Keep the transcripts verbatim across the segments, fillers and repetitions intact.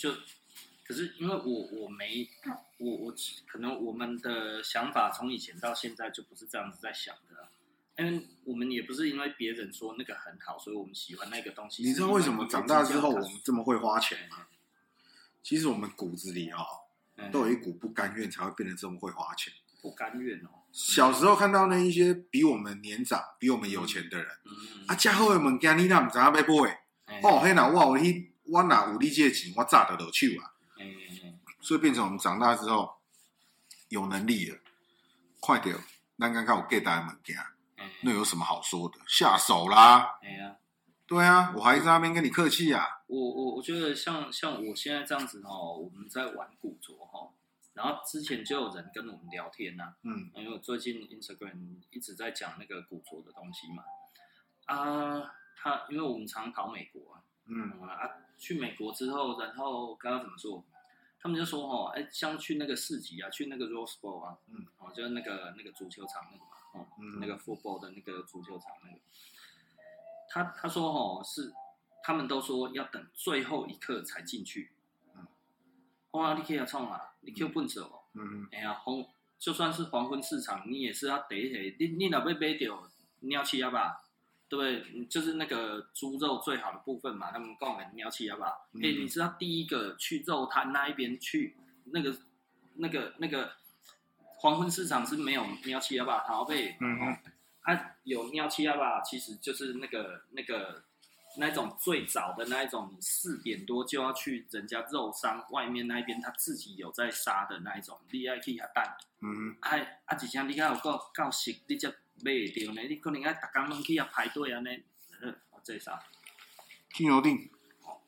就可是因为我我没我我可能我们的想法从以前到现在就不是这样子在想的、啊，因为我们也不是因为别人说那个很好，所以我们喜欢那个东西。 你知道为什么长大之后我们这么会花钱吗？其实我们骨子里哈、哦，都有一股不甘愿才会变得这么会花钱。 不甘愿哦。 小时候看到那一些比我们年长、比我们有钱的人，嗯嗯、啊，这好的物件你哪唔知影要买？哦，迄那我有你，我哪有你这个钱，我早就落手啊。嗯嗯、所以变成我们长大之后有能力了，快点，咱刚刚有给大家物件，嗯、那有什么好说的？下手啦！哎呀，对啊，我还在那边跟你客气啊。 我我我觉得像像我现在这样子哦，我们在玩古着哦。然后之前就有人跟我们聊天呐、啊，嗯，因为我最近 Instagram 一直在讲那个古着的东西嘛，啊，他因为我们常跑美国啊，嗯啊，去美国之后，然后刚刚怎么说？他们就说哦，哎，像去那个市集啊，去那个 Rose Bowl 啊，嗯，哦，就是那个那个足球场那个嘛，哦，嗯、那个 football 的那个足球场那个，他他说哦是，他们都说要等最后一刻才进去。哇！你可以要创啊，你去本色哦。嗯。哎呀，黄就算是黄昏市场，你也是要第一下，你你若要买到鸟翅鸭吧，对不对？就是那个猪肉最好的部分嘛，他们讲的鸟翅鸭吧。哎、嗯，你知道第一个去肉摊那一边去那个那个那个黄昏市场是没有鸟翅鸭吧？好被嗯嗯，啊有鸟翅鸭吧，其实就是那个那个。那种最早的那一种，你四点多就要去人家肉商外面那边，他自己有在杀的那一种，你爱去遐等。嗯。哎，啊，一声你敢有够够熟，你才买得到呢？你可能爱逐工拢去遐排队安尼。呃，这啥？ 金牛定。哦。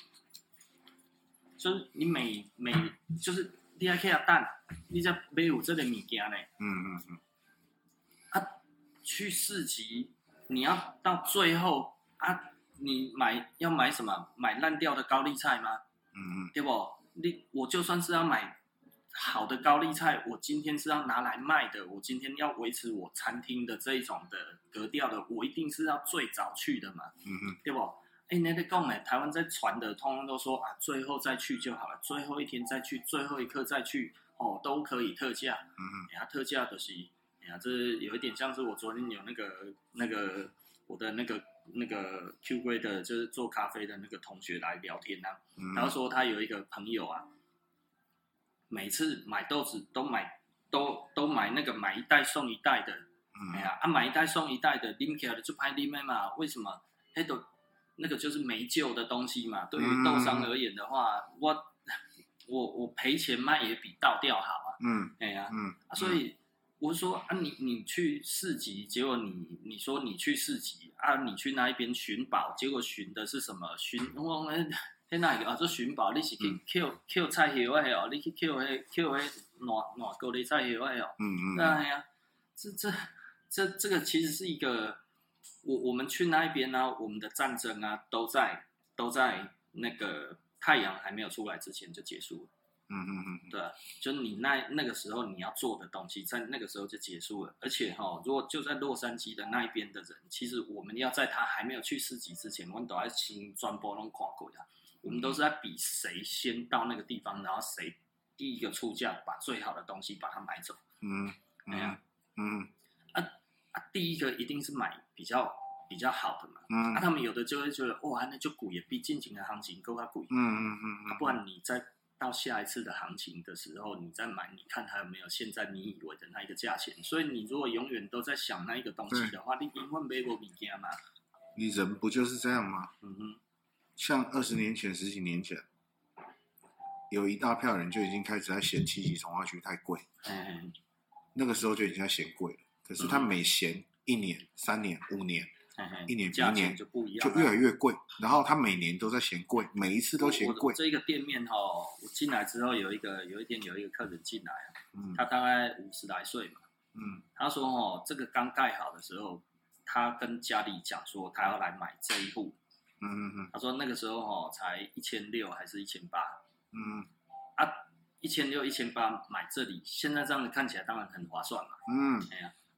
就是你每每就是你爱去遐等，你才买有这个物件呢。嗯嗯嗯。啊，去市集，你要到最后啊。你买要买什么？买烂掉的高丽菜吗？嗯嗯，对不？你我就算是要买好的高丽菜，我今天是要拿来卖的，我今天要维持我餐厅的这一种的格调的，我一定是要最早去的嘛。嗯嗯，对不？哎，那个讲哎，台湾在传的，通通都说啊，最后再去就好了，最后一天再去，最后一刻再去，哦，都可以特价。嗯嗯，哎呀，特价的是，哎呀，这有一点像是我昨天有那个那个我的那个。那个 Q 龟的，就是做咖啡的那个同学来聊天啊，嗯、然后说他有一个朋友啊，每次买豆子都买都都买那个买一袋送一袋的，嗯、哎呀啊买一袋送一袋的，拎起来就拍拎嘛，为什么？那都那个就是没救的东西嘛。对于豆商而言的话，我我我赔钱卖也比倒掉好啊。嗯，哎呀，嗯，啊、所以。我是说啊你，你去市集，结果你你说你去市集啊，你去那一边寻宝，结果寻的是什么？寻我那那哪个啊？做寻宝，你是去 Q Q 菜叶的哦，你去 Q 迄 Q 迄烂烂高丽菜叶的哦。嗯嗯。对呀，这这这这个其实是一个，我我们去那一边呢、啊，我们的战争啊，都在都在那个太阳还没有出来之前就结束了。嗯嗯嗯，对，就是你那那个时候你要做的东西，在那个时候就结束了。而且哈、哦，如果就在洛杉矶的那一边的人，其实我们要在他还没有去市集之前，我们都要先转播弄看过呀。我们都是在比谁先到那个地方，然后谁第一个出价，把最好的东西把它买走。嗯，哎呀，嗯，啊啊，第一个一定是买比较比较好的嘛。嗯，啊，他们有的就会觉得哇，那就贵，比近期的行情更加贵。嗯嗯嗯，啊，不然你在。到下一次的行情的时候，你再买，你看它有没有现在你以为的那一个价钱。所以你如果永远都在想那一个东西的话，你永远买不物件嘛。 你人不就是这样吗？嗯哼。像二十年前、十几年前，有一大票人就已经开始在嫌七期重划区太贵。嗯。那个时候就已经在嫌贵了，可是他每嫌一年、三年、五年。一年比一年就不一样， 就越来越贵。然后他每年都在嫌贵，每一次都嫌贵。 这一个店面哈、哦，我进来之后有一个有一天有一个客人进来，嗯，他大概五十来岁嘛，嗯，他说哦，这个刚盖好的时候，他跟家里讲说他要来买这一户，嗯嗯嗯，他说那个时候哦才一千六还是一千八，嗯，啊一千六一千八买这里，现在这样子看起来当然很划算嘛，嗯，哎呀。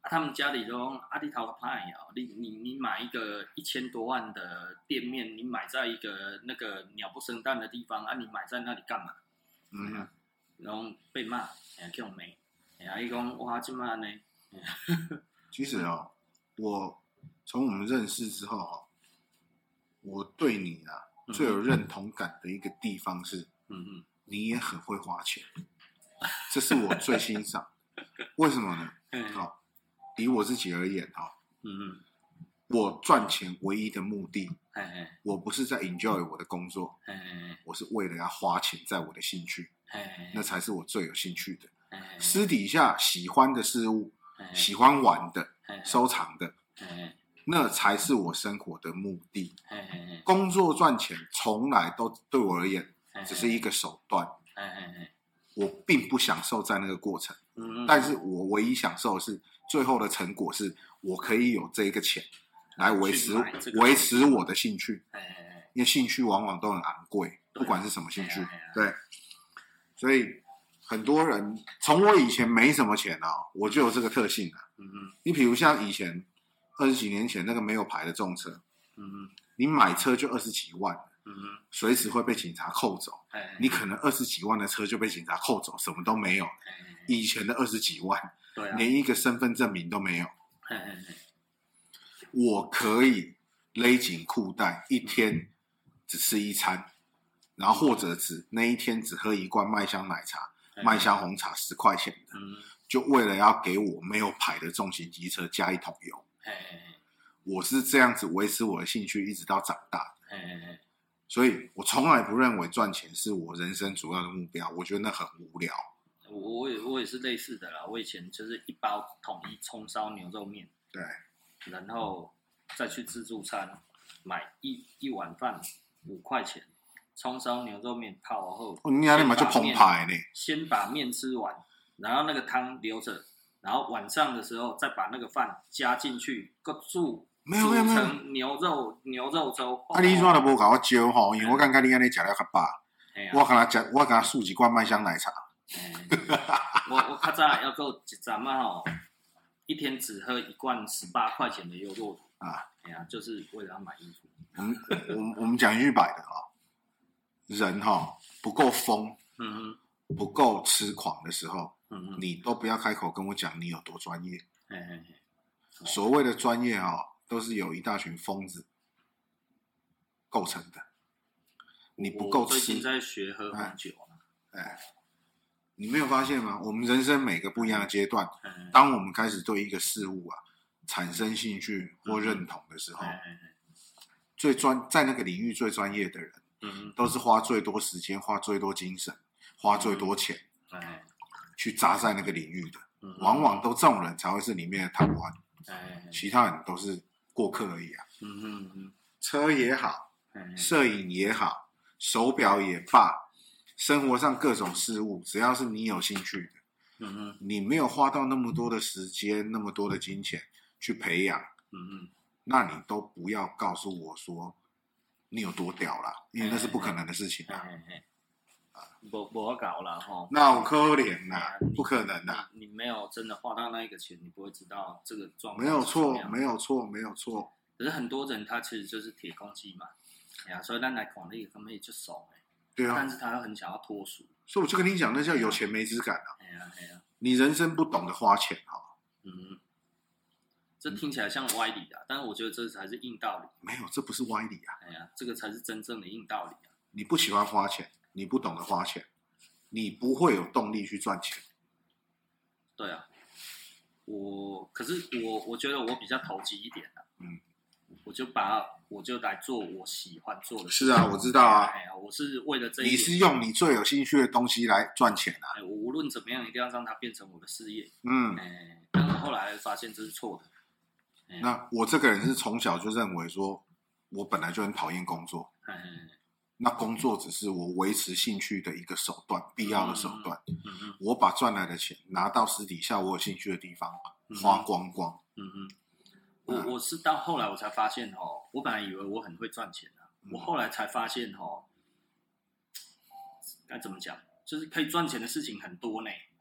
啊，他们家里都啊，你头怕呀，你你你买一个一千多万的店面，你买在一个那个鸟不生蛋的地方啊，你买在那里干嘛？嗯，然后被骂，哎，叫没，哎，伊讲哇，这么呢？ 其实哦，我从我们认识之后哦，我对你啊、嗯、最有认同感的一个地方是，嗯嗯，你也很会花钱，这是我最欣赏。为什么呢？好、哦，以我自己而言哈、哦，嗯嗯，我赚钱唯一的目的，嘿嘿，我不是在 enjoy 我的工作，嘿嘿，我是为了要花钱在我的兴趣，嘿嘿，那才是我最有兴趣的。嘿嘿，私底下喜欢的事物，嘿嘿，喜欢玩的，嘿嘿，收藏的，嘿嘿，那才是我生活的目的。嘿嘿，工作赚钱从来都对我而言只是一个手段。嘿嘿，我并不享受在那个过程，嗯，但是我唯一享受的是最后的成果是我可以有这个钱来维持维持我的兴趣，因为兴趣往往都很昂贵，不管是什么兴趣，对，所以很多人从我以前没什么钱啊，我就有这个特性啊，嗯嗯，你比如像以前二十几年前那个没有牌的重车，嗯嗯，你买车就二十几万，嗯嗯，随时会被警察扣走，你可能二十几万的车就被警察扣走，什么都没有，以前的二十几万，对啊，连一个身份证明都没有。嘿嘿嘿，我可以勒紧裤带，一天只吃一餐，然后或者只那一天只喝一罐麦香奶茶、麦香红茶十块钱的，嗯，就为了要给我没有牌的重型机车加一桶油。嘿嘿嘿，我是这样子维持我的兴趣，一直到长大。嘿嘿嘿，所以我从来不认为赚钱是我人生主要的目标，我觉得那很无聊。 我我也我也是类似的啦，我以前就是一包统一葱烧牛肉面， 对， 然后再去自助餐买一一碗饭五块钱，葱烧牛肉面泡后， 哦，你那嘛就澎湃呢， 先把面吃完，然后那个汤留着，然后晚上的时候再把那个饭加进去，搁煮。 没有没有没有， 煮成牛肉牛肉粥。 啊，你怎都无甲我招吼？因为我感觉你安尼食了较饱。我敢他食，我敢他数一罐麦香奶茶。 我我较早要够一站嘛吼，一天只喝一罐十八块钱的优酪乳啊，哎呀，就是为了要买衣服。 我们我们我们讲一句白的哈，人哈不够疯，嗯哼，不够痴狂的时候，嗯哼，你都不要开口跟我讲你有多专业。嘿嘿嘿，所谓的专业哈。都是有一大群疯子构成的，你不够吃。 我最近在学喝红酒啊， 哎，你没有发现吗？我们人生每个不一样的阶段，嗯、当我们开始对一个事物啊产生兴趣或认同的时候，嗯、最专在那个领域最专业的人，嗯、都是花最多时间、花最多精神、花最多钱，嗯、去扎在那个领域的，嗯、往往都这种人才会是里面的top one，嗯、其他人都是过客而已啊。嗯嗯嗯，车也好，摄影也好，手表也罢，生活上各种事物，只要是你有兴趣的，嗯嗯，你没有花到那么多的时间、那么多的金钱去培养，嗯嗯，那你都不要告诉我说你有多屌啦，因为那是不可能的事情啊。嘿嘿嘿， 不不搞了哈， 那我可怜啦，不可能啦。 你没有真的花到那一个钱，你不会知道这个状况。 没有错，没有错，没有错。 可是很多人他其实就是铁公鸡嘛，哎呀，所以咱来看那个他们也就熟哎， 对啊， 但是他又很想要脱俗， 所以我就跟你讲，那叫有钱没质感啊。 哎呀哎呀， 你人生不懂得花钱哈， 嗯，这听起来像歪理啊，但是我觉得这才是硬道理。 没有，这不是歪理啊， 哎呀，这个才是真正的硬道理啊。 你不喜欢花钱，你不懂得花钱，你不会有动力去赚钱。 对啊，我可是我我觉得我比较投机一点啊，嗯，我就把我就来做我喜欢做的事。 是啊，我知道啊， 哎呀，我是为了这一点， 你是用你最有兴趣的东西来赚钱啊。 哎，我无论怎么样，一定要让它变成我的事业。嗯，哎，但是后来发现这是错的。 哎、那我这个人是从小就认为说，我本来就很讨厌工作。哎哎哎，那工作只是我维持兴趣的一个手段，必要的手段。嗯嗯嗯、我把赚来的钱拿到私底下我有兴趣的地方花光光。嗯嗯， 我我是到后来我才发现哦，我本来以为我很会赚钱啊，嗯、我后来才发现哦，该怎么讲，就是可以赚钱的事情很多呢，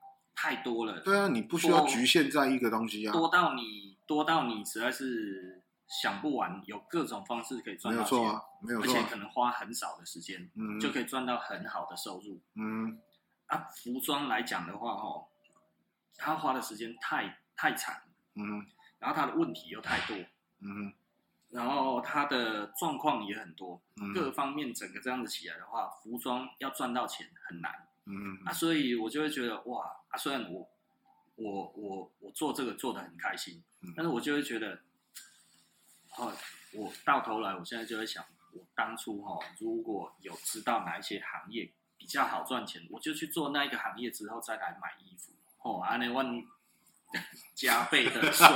太多了。 对啊，你不需要局限在一个东西啊， 多到你多到你实在是想不完，有各种方式可以赚到钱， 没有错啊，没有错、啊， 而且可能花很少的时间，嗯，就可以赚到很好的收入。嗯，啊，服装来讲的话，哦，他花的时间太太长，嗯，然后他的问题又太多，嗯，然后他的状况也很多，嗯，各方面整个这样子起来的话，服装要赚到钱很难，嗯啊，所以我就会觉得哇啊，虽然我我我我做这个做得很开心，嗯，但是我就会觉得，哦，我到头来，我现在就会想，我当初哦，如果有知道哪一些行业比较好赚钱，我就去做那一个行业之后再来买衣服，哦，安尼我加倍的爽。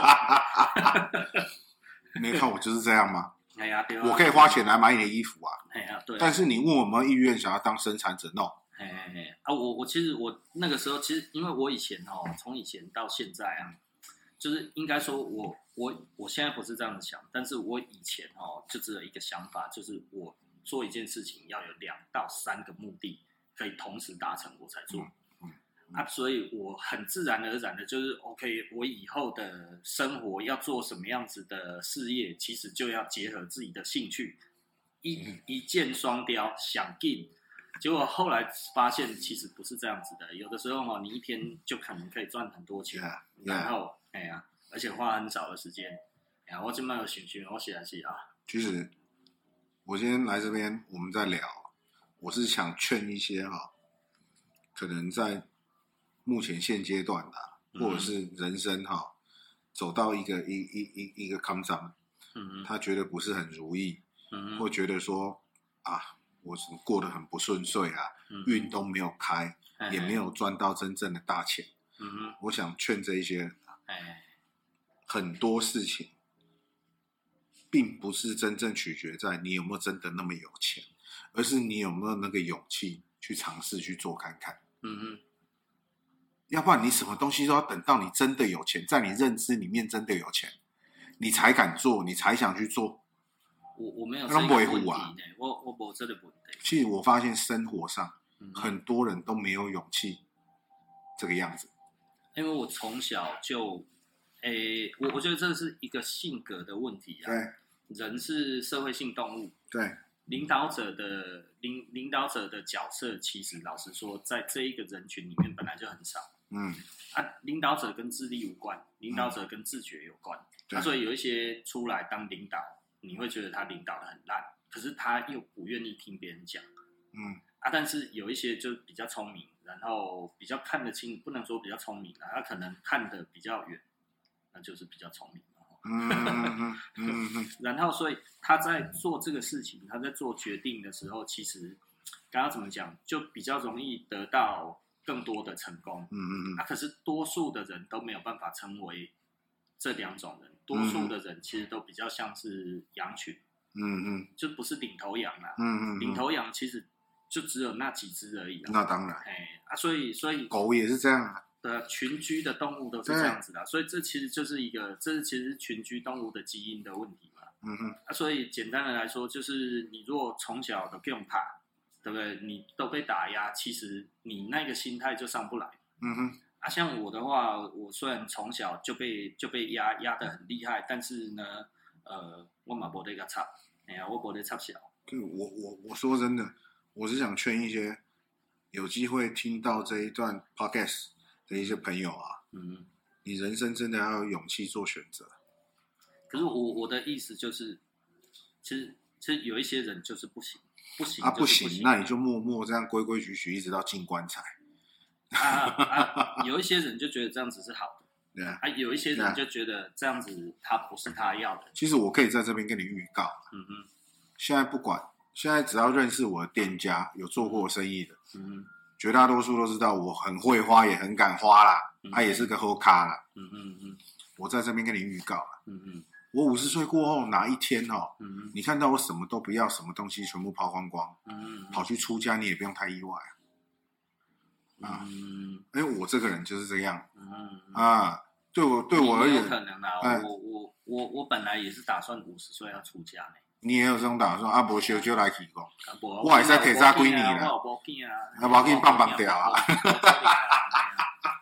没看我就是这样吗？ 哎呀，对啊， 我可以花钱来买你的衣服啊。 哎呀，对啊。 但是你问我有没有意愿想要当生产者 ？No。 哎哎哎啊，我我其实我那个时候其实因为我以前哦，从以前到现在啊，就是应该说我我我现在不是这样子想，但是我以前哦就只有一个想法，就是我做一件事情要有两到三个目的可以同时达成，我才做。嗯啊，所以我很自然而然的就是 OK， 我以后的生活要做什么样子的事业，其实就要结合自己的兴趣，一一箭双雕，想进。结果后来发现其实不是这样子的，有的时候哦，你一天就可能可以赚很多钱， yeah, yeah. 然后哎呀，而且花很少的时间，哎呀，我这么有兴趣，我写来写啊。 其实我今天来这边，我们在聊，我是想劝一些哈、哦，可能在目前现阶段啊，或者是人生哈、哦，走到一个一一一一个坎站，嗯，他觉得不是很如意，嗯，或觉得说啊。我过得很不顺遂啊，嗯、运都没有开，嗯、也没有赚到真正的大钱。嗯、我想劝这一些人、啊嗯，很多事情并不是真正取决在你有没有真的那么有钱，而是你有没有那个勇气去尝试去做看看。嗯、要不然你什么东西都要等到你真的有钱，在你认知里面真的有钱，你才敢做，你才想去做。 我我没有这个问题呢、啊，我我没这个问题。 其实我发现生活上、嗯、很多人都没有勇气这个样子， 因为我从小就，诶，我我觉得这是一个性格的问题啊。 对， 人是社会性动物。 对， 领导者的领领导者的角色，其实老实说，在这一个人群里面本来就很少。嗯，啊，领导者跟智力无关，领导者跟自觉有关。嗯、啊，所以有一些出来当领导。你会觉得他领导的很烂，可是他又不愿意听别人讲，嗯啊，但是有一些就比较聪明，然后比较看得清，不能说比较聪明啊，他可能看得比较远，那就是比较聪明嘛。嗯嗯嗯嗯。然后所以他在做这个事情，他在做决定的时候，其实刚刚怎么讲，就比较容易得到更多的成功。嗯嗯嗯。啊，可是多数的人都没有办法成为这两种人。多数的人其实都比较像是羊群，嗯嗯，就不是领头羊啦，嗯嗯，领头羊其实就只有那几只而已。 那当然， 哎啊，所以所以狗也是这样啊， 对，群居的动物都是这样子的，所以这其实就是一个，这是其实是群居动物的基因的问题嘛，嗯哼，啊，所以简单的来说，就是你如果从小都不用怕，对不对？你都被打压，其实你那个心态就上不来，嗯哼。啊，像我的话，我虽然从小就被就被压压得很厉害，但是呢，呃，我嘛没得个插，哎呀，我没得插小。 对，我我我说真的，我是想劝一些有机会听到这一段 podcast 的一些朋友啊，嗯，你人生真的要有勇气做选择。 可是我我的意思就是，其实其实有一些人就是不行，不行啊， 不行，那你就默默这样规规矩矩一直到进棺材。 啊, 啊，有一些人就觉得这样子是好的，对啊，啊有一些人就觉得这样子他不是他要的。 其实我可以在这边跟你预告，嗯哼，现在不管，现在只要认识我的店家，有做过我生意的，嗯哼，绝大多数都知道我很会花，也很敢花啦，他、嗯啊、也是个好咖啦，嗯嗯嗯，我在这边跟你预告了，嗯嗯，我五十岁过后哪一天哦，嗯你看到我什么都不要，什么东西全部抛光光，嗯跑去出家，你也不用太意外。啊，嗯，因为我这个人就是这样，嗯啊，对我对我而言， 有可能啊，哎、我我我我本来也是打算五十岁要出家呢。 你也有这种打算？啊，无烧酒来提供，我还是提早几年啦， 我无囝啊， 啊，无紧棒棒掉啊。 没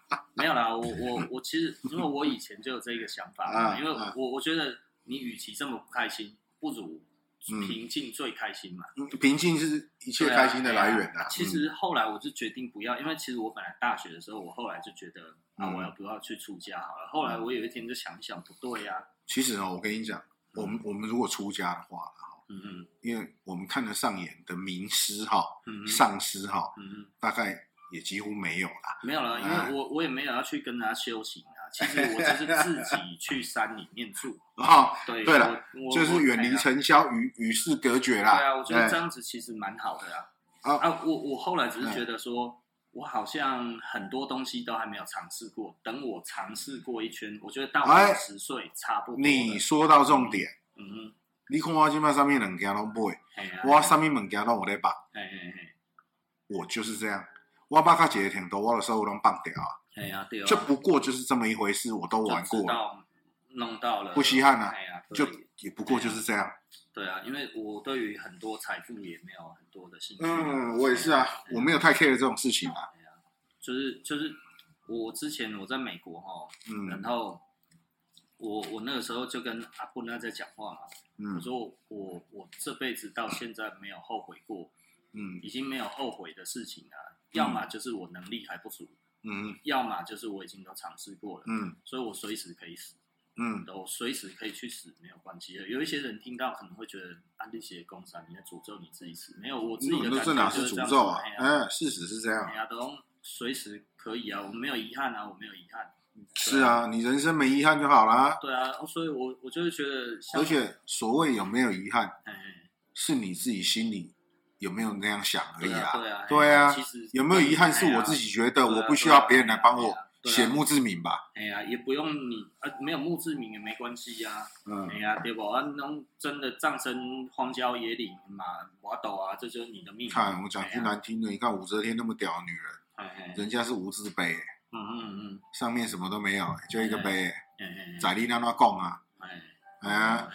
有啦，我我我其实因为我以前就有这个想法，啊、因为我、啊、我觉得你与其这么不开心，不如平静最开心嘛。 嗯、平静是一切开心的来源啊。 啊其实后来我就决定不要，因为其实我本来大学的时候，我后来就觉得啊，我要不要去出家好了。后来我有一天就想一想，不对呀、啊。 其实哦，我跟你讲，我们我们如果出家的话，嗯嗯，因为我们看得上眼的名师哈，嗯上师哈，嗯嗯，大概也几乎没有啦。 没有了，因为我我也没有要去跟他修行啊。其实我就是自己去山里面住啊。 对对了，就是远离尘嚣，与与世隔绝啦。 对啊，我觉得这样子其实蛮好的啊。啊啊，我我后来只是觉得说，我好像很多东西都还没有尝试过。等我尝试过一圈，我觉得到五十岁差不多。 你说到重点， 嗯嗯， 你看我现在上面物件拢买，我上面物件拢有在放。我就是这样。我把它解程度，我的收入都放掉啊！ 哎呀，对啊， 就不过就是这么一回事，我都玩过了， 弄到了， 不稀罕啊！ 哎呀， 就也不过就是这样。 对啊，因为我对于很多财富也没有很多的兴趣。 嗯，我也是啊，我没有太 care 这种事情啊。 就是就是我之前我在美国哈，嗯，然后我我那个时候就跟阿布那在讲话嘛，嗯，我说我我这辈子到现在没有后悔过。嗯，已经没有后悔的事情了，嗯、要么就是我能力还不足，嗯，要么就是我已经都尝试过了，嗯，所以我随时可以死，嗯，我随时可以去死，没有关系的。有一些人听到可能会觉得，安利些公山，你在诅咒你自己死，没有，我自己的感觉就是这样子。 诅咒啊？嗯，事实是这样。 哎呀，都随时可以啊，我没有遗憾啊，我没有遗憾。 是啊，你人生没遗憾就好啦。 对啊，所以我我就是觉得， 而且所谓有没有遗憾，是你自己心里。有没有那样想而已啊？ 对啊， 对啊，有没有遗憾是我自己觉得，我不需要别人来帮我写墓志铭吧？ 哎呀，也不用你啊，没有墓志铭也没关系呀。嗯，哎呀，对不？啊，那真的葬身荒郊野岭嘛，滑斗啊，这就是你的命。 看我讲句难听的，你看武则天那么屌的女人，人家是无字碑，嗯嗯嗯，上面什么都没有，就一个碑，在你那那讲啊，哎呀。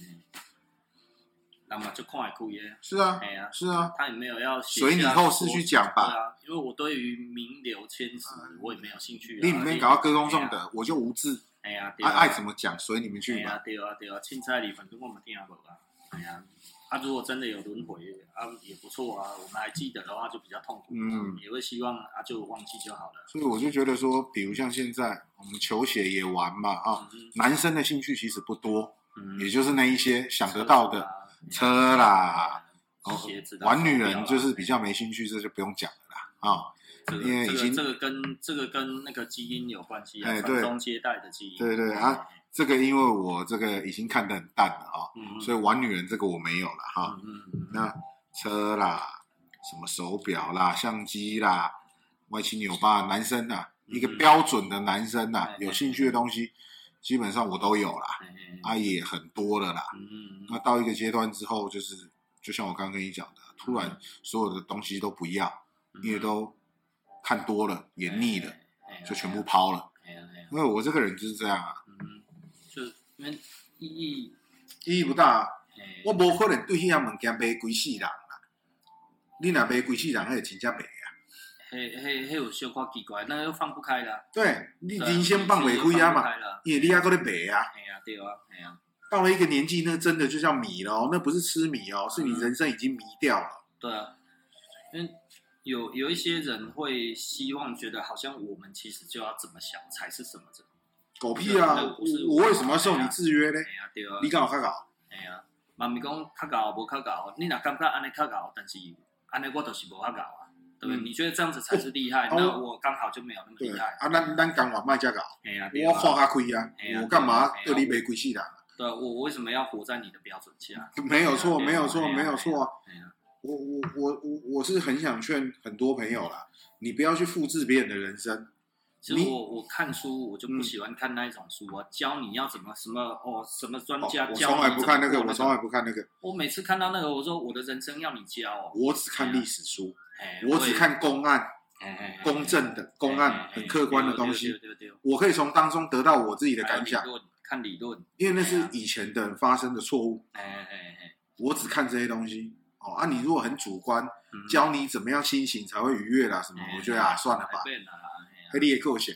那么就看来哭耶。 是啊， 哎呀， 是啊， 他也没有要随你后事去讲吧。 对啊，因为我对于名流千史，我也没有兴趣。 你里面搞到歌功颂德，我就无字。 哎呀， 爱爱怎么讲，随你们去吧。哎呀，对啊，对啊，凊彩里反正我们听不啊。哎呀，啊，如果真的有轮回啊，也不错啊。我们还记得的话，就比较痛苦。嗯，也会希望啊，就忘记就好了。 所以我就觉得说，比如像现在我们球鞋也玩嘛啊，男生的兴趣其实不多，也就是那一些想得到的。车啦，哦，玩女人就是比较没兴趣，这就不用讲了啦啊，因为已经这个跟这个跟那个基因有关系啊，传宗接代的基因。 对对啊，这个因为我这个已经看得很淡了哈，所以玩女人这个我没有了哈。那车啦，什么手表啦、相机啦、歪七扭八，男生啊，一个标准的男生啊，有兴趣的东西。基本上我都有啦，啊也很多了啦。嗯，那到一个阶段之后，就是就像我刚刚跟你讲的，突然所有的东西都不要，因为都看多了也腻了，就全部抛了。因为我这个人就是这样啊， 嗯，就因为意义意义不大、啊，我无可能对迄样物件卖几世人啦。你若卖几世人，迄真正卖啊。 嘿嘿嘿，有小可奇怪，那又放不开啦。 对，你人生放袂开啊嘛，因为你还搁咧卖啊。 哎呀，对啊，哎呀。 到了一个年纪，那真的就叫迷了哦，那不是痴迷哦，是你人生已经迷掉了。 对啊，因为有有一些人会希望觉得，好像我们其实就要怎么想才是什么人。 狗屁啊！我为什么要受你制约呢？ 哎呀，对啊。 你敢有较搞？ 哎呀，嘛咪讲较搞无较搞，你若感觉安尼较搞，但是安尼我就是无较搞啊。对不对？你觉得这样子才是厉害，那我刚好就没有那么厉害。 啊，咱咱讲话卖这搞，我看较开啊，我干嘛对你卖几世人？ 对，我我为什么要活在你的标准下？ 没有错，没有错，没有错。我我我我我是很想劝很多朋友啦，你不要去复制别人的人生。 其实我我看书，我就不喜欢看那一种书啊，教你要怎么什么哦，什么专家教你。 我从来不看那个，我从来不看那个。 我每次看到那个，我说我的人生要你教哦。 我只看历史书。我只看公案，公正的公案，很客观的东西，我可以从当中得到我自己的感想。 看理论， 因为那是以前的人发生的错误。我只看这些东西。哦啊，你如果很主观，教你怎么样清醒才会愉悦啦什么，我觉得啊，算了吧。黑你也够险。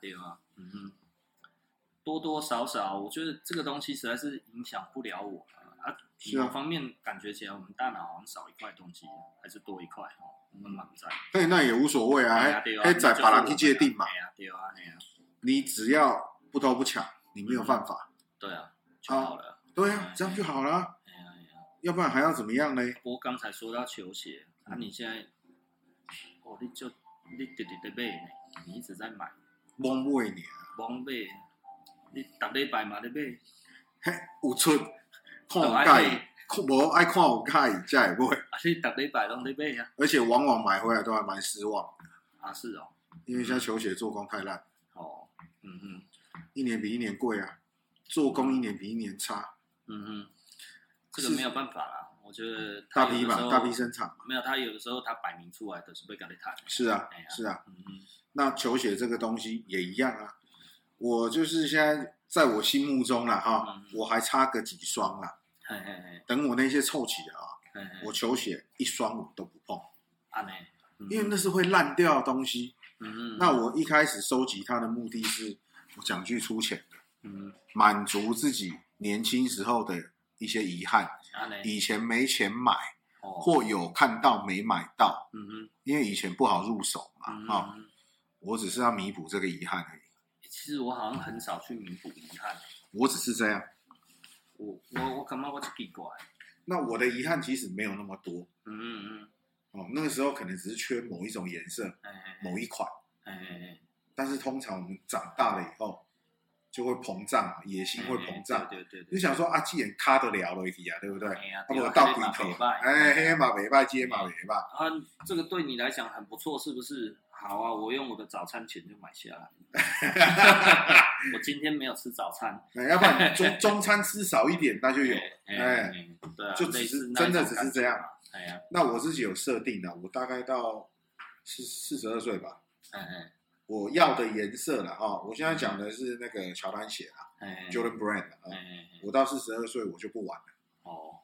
对啊，嗯哼，多多少少，我觉得这个东西实在是影响不了我啊。啊，某方面感觉起来，我们大脑好像少一块东西，还是多一块哦，我们满在。 嘿，那也无所谓啊，哎，哎，在把人去界定嘛。 对啊，对啊， 你只要不偷不抢，你没有犯法。 对啊，就好了。 对啊，这样就好了。要不然还要怎么样呢？ 我刚才说到球鞋，啊，你现在，哦，你就你直直在买呢，你一直在买。 懵买呢？ 懵买，你逐礼拜嘛在买。 嘿，有出看有介，无爱看有介才会买。 啊，你逐礼拜拢在买啊？ 而且往往买回来都还蛮失望的。 啊，是哦。 因为现在球鞋做工太烂。 哦，嗯哼， 一年比一年贵啊，做工一年比一年差。 嗯哼。这个没有办法啦，我觉得大批嘛，大批生产没有，他有的时候他摆明出来的是被跟你谈。 是啊， 哎、 是啊， 嗯嗯。 那球鞋这个东西也一样啊，我就是现在在我心目中啦哈，嗯、我还差个几双啦， 嘿嘿嘿等我那些凑齐了啊， 嘿嘿我球鞋一双我都不碰， 啊呢、嗯， 因为那是会烂掉的东西。 嗯嗯。 那我一开始收集它的目的是，我讲句粗浅的， 嗯， 满足自己年轻时候的一些遗憾，以前没钱买，哦、或有看到没买到， 嗯哼， 因为以前不好入手嘛， 嗯哦、我只是要弥补这个遗憾而已。 其实我好像很少去弥补遗憾， 我只是这样。 我我我感觉我是奇怪。 那我的遗憾其实没有那么多， 嗯嗯嗯， 哦，那个时候可能只是缺某一种颜色， 哎、 某一款， 哎哎， 但是通常我们长大了以后。就会膨胀，野心会膨胀。 对对对， 你想说啊，既然卡得了了一啊，对不对？ 哎呀， 啊，我到龟头，哎，黑马尾巴，接马尾巴。 啊，这个对你来讲很不错，是不是？好啊，我用我的早餐钱就买下来。我今天没有吃早餐， 要不然中中餐吃少一点，那就有。哎， 对啊， 就只是真的只是这样。 哎呀， 那我自己有设定的，我大概到四四十二岁吧。 哎哎。 我要的颜色了哈，我现在讲的是那个乔丹鞋啦、 嗯、 ，Jordan Brand 啊、 嗯， 我到四十二岁我就不玩了。 哦，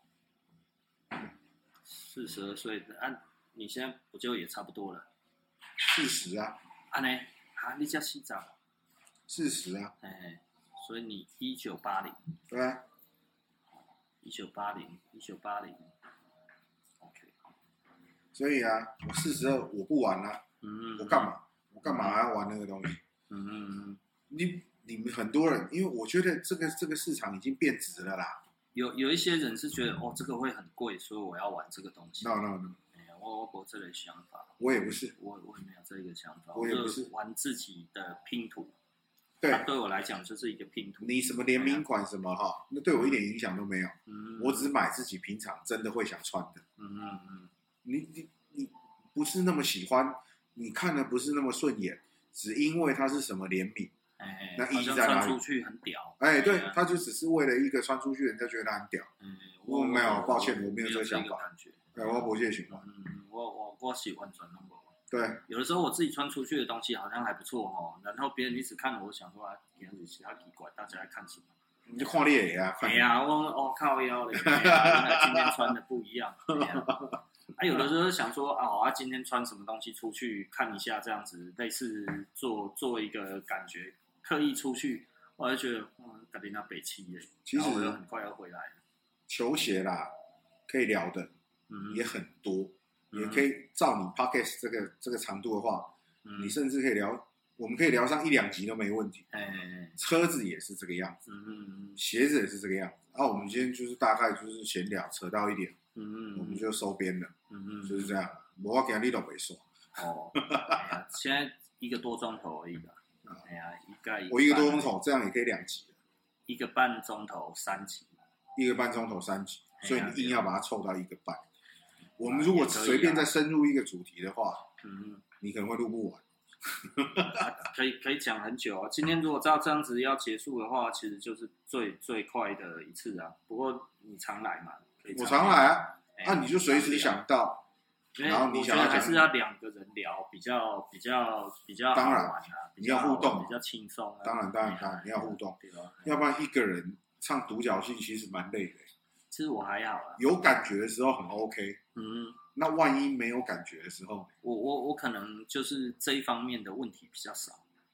四十二岁，按、啊、你现在不就也差不多了？ 四十啊？ 啊呢？啊，你叫西藏？ 四十啊？ 哎，所以你一九八零？ 对啊， 一九八零，一九八零。OK。 所以啊，我四十二我不玩了， 嗯， 我干嘛？我干嘛还要玩那个东西？ 嗯嗯嗯， 你你们很多人，因为我觉得这个这个市场已经变质了啦。 有有一些人是觉得哦，这个会很贵，所以我要玩这个东西。 No no no， 哎呀，我我没这个想法。 我也不是， 我我也没有这个想法。 我也不是玩自己的拼图。 对， 它对我来讲就是一个拼图。 你什么联名款什么哈，那对我一点影响都没有。 嗯， 我只买自己平常真的会想穿的。 嗯嗯嗯， 你你你不是那么喜欢。你看的不是那么顺眼，只因为它是什么联名， 哎， 那意义在哪里？ 穿出去很屌， 哎，对，他就只是为了一个穿出去，人家觉得他很屌。 嗯， 我没有，抱歉，我没有这个想法。对，我不介许嘛。 嗯，我我我喜欢转弄我。 对， 有的时候我自己穿出去的东西好像还不错哦，然后别人一直看我，想说啊，原来其他奇怪，大家在看什么？ 你就看猎啊， 哎呀，我哦靠腰嘞，原来今天穿的不一样。啊，有的时候想说啊，我今天穿什么东西出去看一下，这样子类似做做一个感觉，刻意出去，我就觉得哇，感觉那北七耶， 其实我就很快要回来了。 球鞋啦，可以聊的也很多，嗯、也可以照你 podcast 这个这个长度的话，嗯、你甚至可以聊，我们可以聊上一两集都没问题。 哎哎哎车子也是这个样子， 嗯嗯嗯， 鞋子也是这个样子。啊，我们今天就是大概就是闲聊，扯到一点。 嗯嗯， 我们就收编了， 嗯嗯， 就是这样。我今日都没说。 哦，哎呀，现在一个多钟头而已吧。哎呀，一个我一个多钟头，这样也可以两集。 一个半钟头三集， 一个半钟头三集，所以你硬要把它凑到一个半。我们如果随便再深入一个主题的话，嗯，你可能会录不完。 可以可以讲很久啊。今天如果照这样子要结束的话，其实就是最最快的一次啊。不过你常来嘛。 我常来啊，那、啊、你就随时想到，然后你想要讲， 还是要两个人聊，比较比较比较好玩啊， 你要互动， 比较轻松啊。 当然当然当然，你要互动，要不然一个人唱独角戏其实蛮累的。 其实我还好啦， 有感觉的时候很 OK， 嗯， 那万一没有感觉的时候， 我我我可能就是这一方面的问题比较少。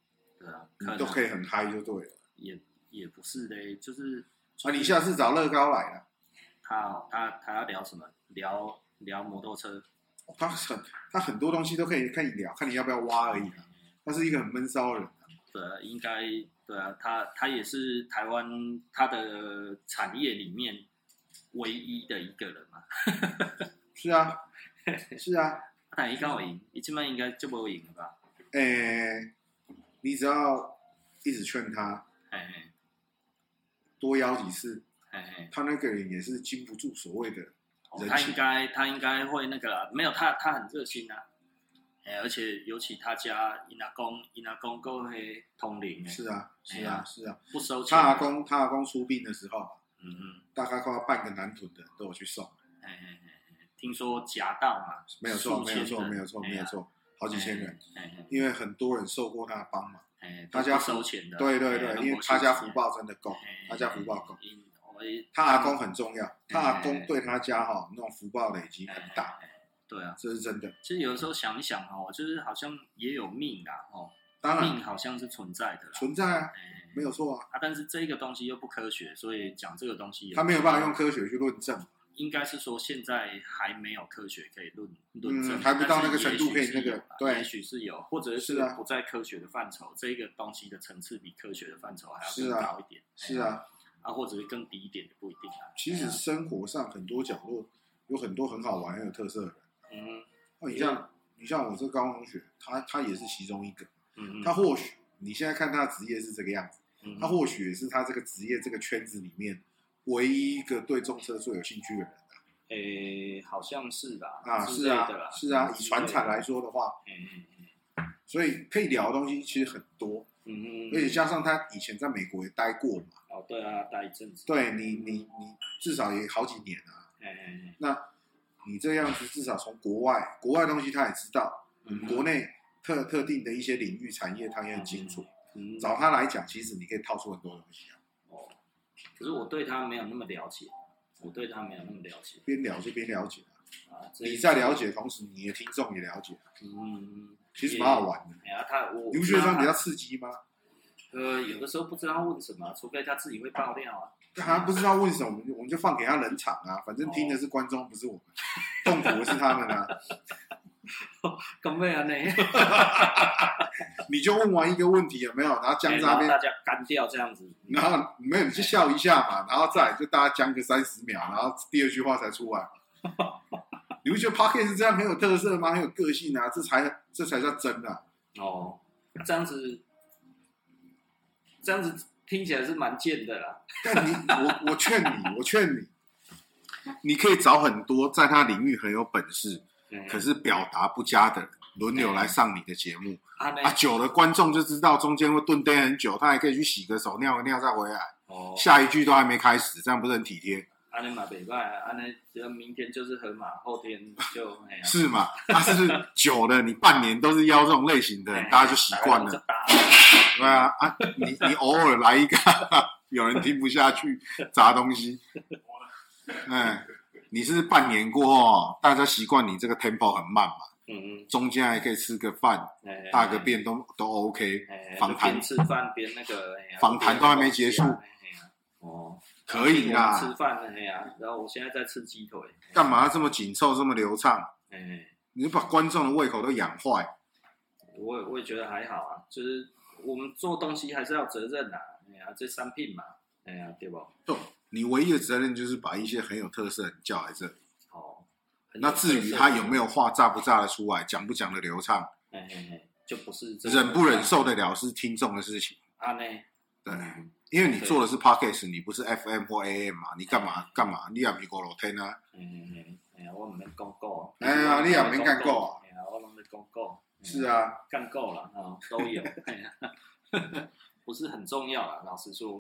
对啊， 你都可以很嗨就对了。 也也不是嘞，就是、 就是、啊，你下次找乐高来了。 他他他要聊什么？聊聊摩托车。 哦、他很他很多东西都可以可以聊，看你要不要挖而已、啊。他是一个很闷骚的人、啊。 对啊，应该对啊，他他也是台湾他的产业里面唯一的一个人嘛。 是啊，是啊。 但伊刚有赢，伊今晚应该就不会赢了吧？ 诶、欸，你只要一直劝他， 嘿嘿多邀几次， 嘿嘿他那个人也是经不住所谓的人情、哦、 他应该他应该会那个啦，没有他他很热心啊。欸、而且尤其他家因阿公因阿公够会通灵。 是啊是啊、欸、是啊， 不收钱。 他阿公他阿公出殡的时候， 嗯嗯， 大概快要半个南屯的人都有去送。 哎哎哎，听说夹道嘛， 没有错没有错没有错没有错，好几千人， 欸欸、 因为很多人受过他的帮忙。 欸、 他家收钱的， 对对对，欸、因为他家福报真的够，欸、他家福报够。欸、他阿公很重要，欸、他阿公对他家哈、喔、那种福报累积很大。欸对啊， 这是真的。 其实有的时候想一想哦，就是好像也有命啊，哦， 当然命好像是存在的啦， 存在啊，欸、没有错啊。 啊，但是这个东西又不科学，所以讲这个东西， 他没有办法用科学去论证。 应该是说现在还没有科学可以论论证、 嗯，还不到那个程度可以那个，对， 也许是有，或者是不在科学的范畴，这个东西的层次比科学的范畴还要更高一点。 是啊， 啊，或者是更低一点的不一定啊。 其实生活上很多角落有很多很好玩、很有特色的人。嗯。哦，你像你像我这高中同学，他他也是其中一个。嗯嗯。他或许你现在看他的职业是这个样子，嗯、他或许也是他这个职业这个圈子里面唯一一个对重车最有兴趣的人啊。 诶，好像是吧？ 啊，是啊，是啊。以传产来说的话，嗯嗯嗯，所以可以聊的东西其实很多。嗯嗯。而且加上他以前在美国也待过嘛。 哦，对啊，待一阵子。 对你你你至少也好几年啊。嗯嗯嗯。那。你这样子至少从国外，国外东西他也知道，嗯、国内特特定的一些领域产业他也很清楚。嗯、找他来讲，其实你可以套出很多东西啊。 哦，可是我对他没有那么了解，我对他没有那么了解。 边聊就边了解啊。啊，你在了解的同时，你的听众也了解。嗯，其实蛮好玩的。 哎呀，他我你不觉得这样比较刺激吗？ 呃，有的时候不知道问什么，除非他自己会爆料啊。 他不知道问什么，我们就放给他冷场啊，反正听的是观众，不是我们，痛苦的是他们啊。 咁咩啊你？ 你就问完一个问题有没有？然后僵在那边， 大家干掉这样子。 然后没有，你就笑一下嘛，然后再来就大家僵个三十秒，然后第二句话才出来。你不觉得 Podcast 是这样很有特色吗？很有个性啊，这才这才叫真啊。 哦，这样子，这样子。听起来是蛮贱的啦， 但你我我劝你，我劝你，你可以找很多在他领域很有本事，嗯、可是表达不佳的人轮流来上你的节目、嗯、啊，久了观众就知道中间会顿呆很久，他还可以去洗个手、尿个尿再回来，哦，下一句都还没开始，这样不是很体贴？ 安尼嘛袂歹啊，安尼只要明天就是河马，后天就哎呀， 是嘛？他、啊、是不是久了，你半年都是邀这种类型的人，大家就习惯了。对啊，啊，你你偶尔来一个，有人听不下去，砸东西。嗯，你是半年过后，大家习惯你这个 tempo 很慢嘛。嗯嗯。中间还可以吃个饭，欸、大个便都都 OK。访、欸、谈边吃饭边那个， 访、欸、谈都还没结束。欸、哦，可以啦。 吃饭了，哎呀，然后我现在在吃鸡腿。 干嘛这么紧凑，这么流畅？哎、欸，你把观众的胃口都养坏。 我也我也觉得还好啊，就是。我们做东西还是要责任啊，哎呀，这商品嘛，哎呀，对不？ 对，你唯一的责任就是把一些很有特色的人叫来这里。哦。那至于他有没有话炸不炸得出来，讲不讲得流畅， 哎哎哎，就不是忍不忍受得了是听众的事情。 啊呢？ 对，因为你做的是 podcast， 你不是 F M 或 A M 嘛，你干嘛干嘛？你也不是五六天啊。嗯嗯嗯，哎呀，我唔免讲过。哎呀，你也唔免干过。哎呀，我拢在讲过。是啊， 干够了啊，都有，不是很重要啦，老实说。